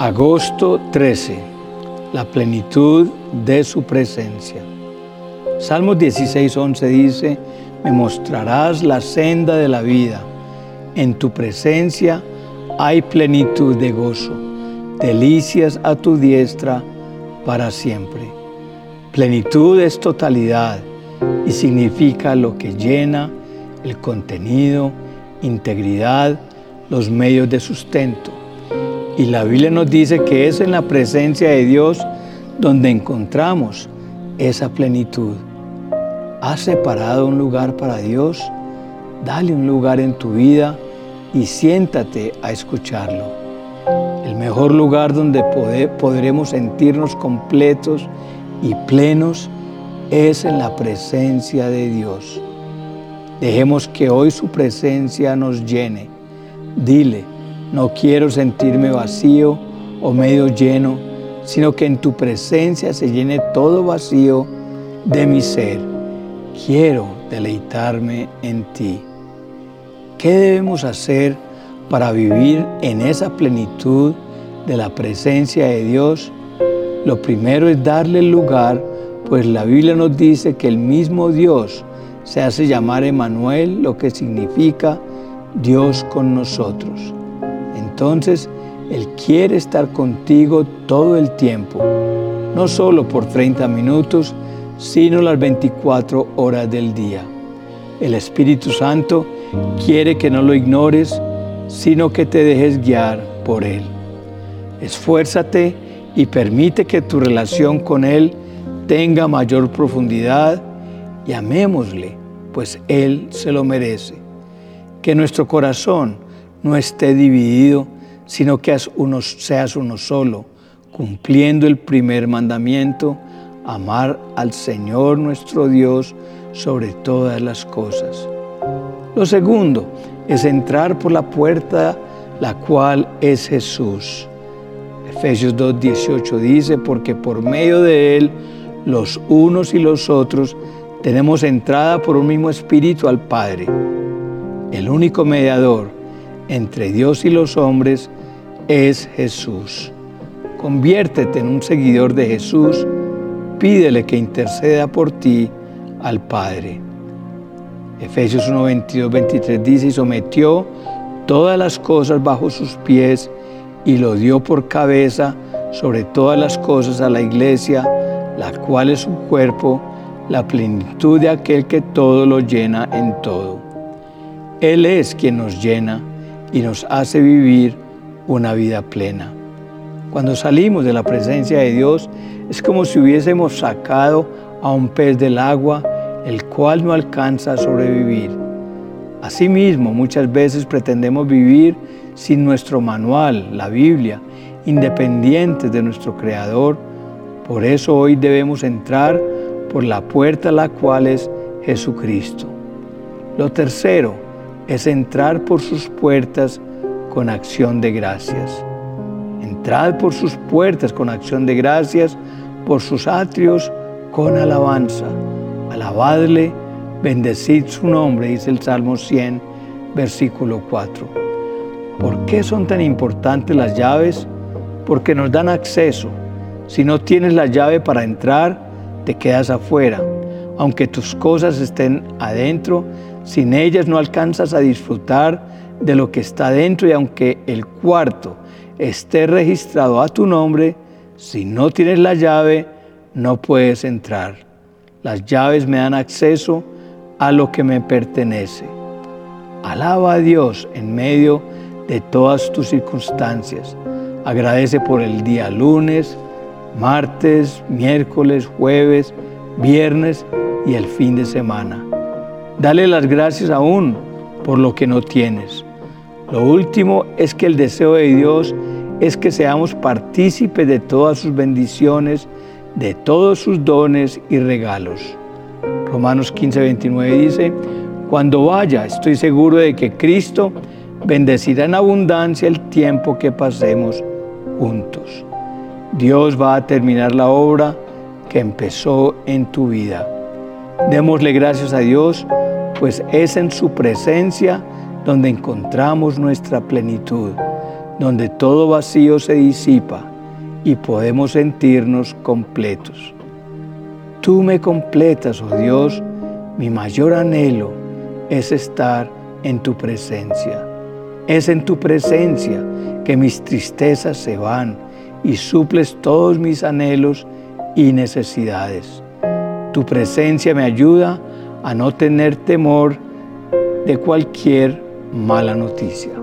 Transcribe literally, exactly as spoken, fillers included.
Agosto trece. La plenitud de su presencia. Salmos dieciséis, once dice: me mostrarás la senda de la vida. En tu presencia hay plenitud de gozo, delicias a tu diestra para siempre. Plenitud es totalidad y significa lo que llena, el contenido, integridad, los medios de sustento. Y la Biblia nos dice que es en la presencia de Dios donde encontramos esa plenitud. ¿Has separado un lugar para Dios? Dale un lugar en tu vida y siéntate a escucharlo. El mejor lugar donde poder, podremos sentirnos completos y plenos es en la presencia de Dios. Dejemos que hoy su presencia nos llene. Dile: no quiero sentirme vacío o medio lleno, sino que en tu presencia se llene todo vacío de mi ser. Quiero deleitarme en ti. ¿Qué debemos hacer para vivir en esa plenitud de la presencia de Dios? Lo primero es darle el lugar, pues la Biblia nos dice que el mismo Dios se hace llamar Emmanuel, lo que significa Dios con nosotros. Entonces, Él quiere estar contigo todo el tiempo, no solo por treinta minutos, sino las veinticuatro horas del día. El Espíritu Santo quiere que no lo ignores, sino que te dejes guiar por Él. Esfuérzate y permite que tu relación con Él tenga mayor profundidad y amémosle, pues Él se lo merece. Que nuestro corazón no esté dividido, sino que seas uno solo, cumpliendo el primer mandamiento: amar al Señor nuestro Dios sobre todas las cosas. Lo segundo es entrar por la puerta, la cual es Jesús. Efesios dos, dieciocho dice: porque por medio de Él, los unos y los otros, tenemos entrada por un mismo Espíritu al Padre. El único mediador entre Dios y los hombres es Jesús. Conviértete en un seguidor de Jesús. Pídele que interceda por ti al Padre. Efesios uno, veintidós, veintitrés dice: y sometió todas las cosas bajo sus pies y lo dio por cabeza sobre todas las cosas a la iglesia, la cual es su cuerpo, la plenitud de aquel que todo lo llena en todo. Él es quien nos llena y nos hace vivir una vida plena. Cuando salimos de la presencia de Dios, es como si hubiésemos sacado a un pez del agua, el cual no alcanza a sobrevivir. Asimismo, muchas veces pretendemos vivir sin nuestro manual, la Biblia, independientes de nuestro Creador. Por eso hoy debemos entrar por la puerta, la cual es Jesucristo. Lo tercero es entrar por sus puertas con acción de gracias. Entrad por sus puertas con acción de gracias, por sus atrios con alabanza. Alabadle, bendecid su nombre, dice el Salmo cien, versículo cuatro. ¿Por qué son tan importantes las llaves? Porque nos dan acceso. Si no tienes la llave para entrar, te quedas afuera. Aunque tus cosas estén adentro, sin ellas no alcanzas a disfrutar de lo que está dentro, y aunque el cuarto esté registrado a tu nombre, si no tienes la llave, no puedes entrar. Las llaves me dan acceso a lo que me pertenece. Alaba a Dios en medio de todas tus circunstancias. Agradece por el día lunes, martes, miércoles, jueves, viernes y el fin de semana. Dale las gracias aún por lo que no tienes. Lo último es que el deseo de Dios es que seamos partícipes de todas sus bendiciones, de todos sus dones y regalos. Romanos quince, veintinueve dice: cuando vaya, estoy seguro de que Cristo bendecirá en abundancia el tiempo que pasemos juntos. Dios va a terminar la obra que empezó en tu vida. Démosle gracias a Dios, pues es en su presencia donde encontramos nuestra plenitud. donde todo vacío se disipa y podemos sentirnos completos. Tú me completas, oh Dios, mi mayor anhelo es estar en tu presencia. Es en tu presencia que mis tristezas se van y suples todos mis anhelos y necesidades. Tu presencia me ayuda a no tener temor de cualquier mala noticia.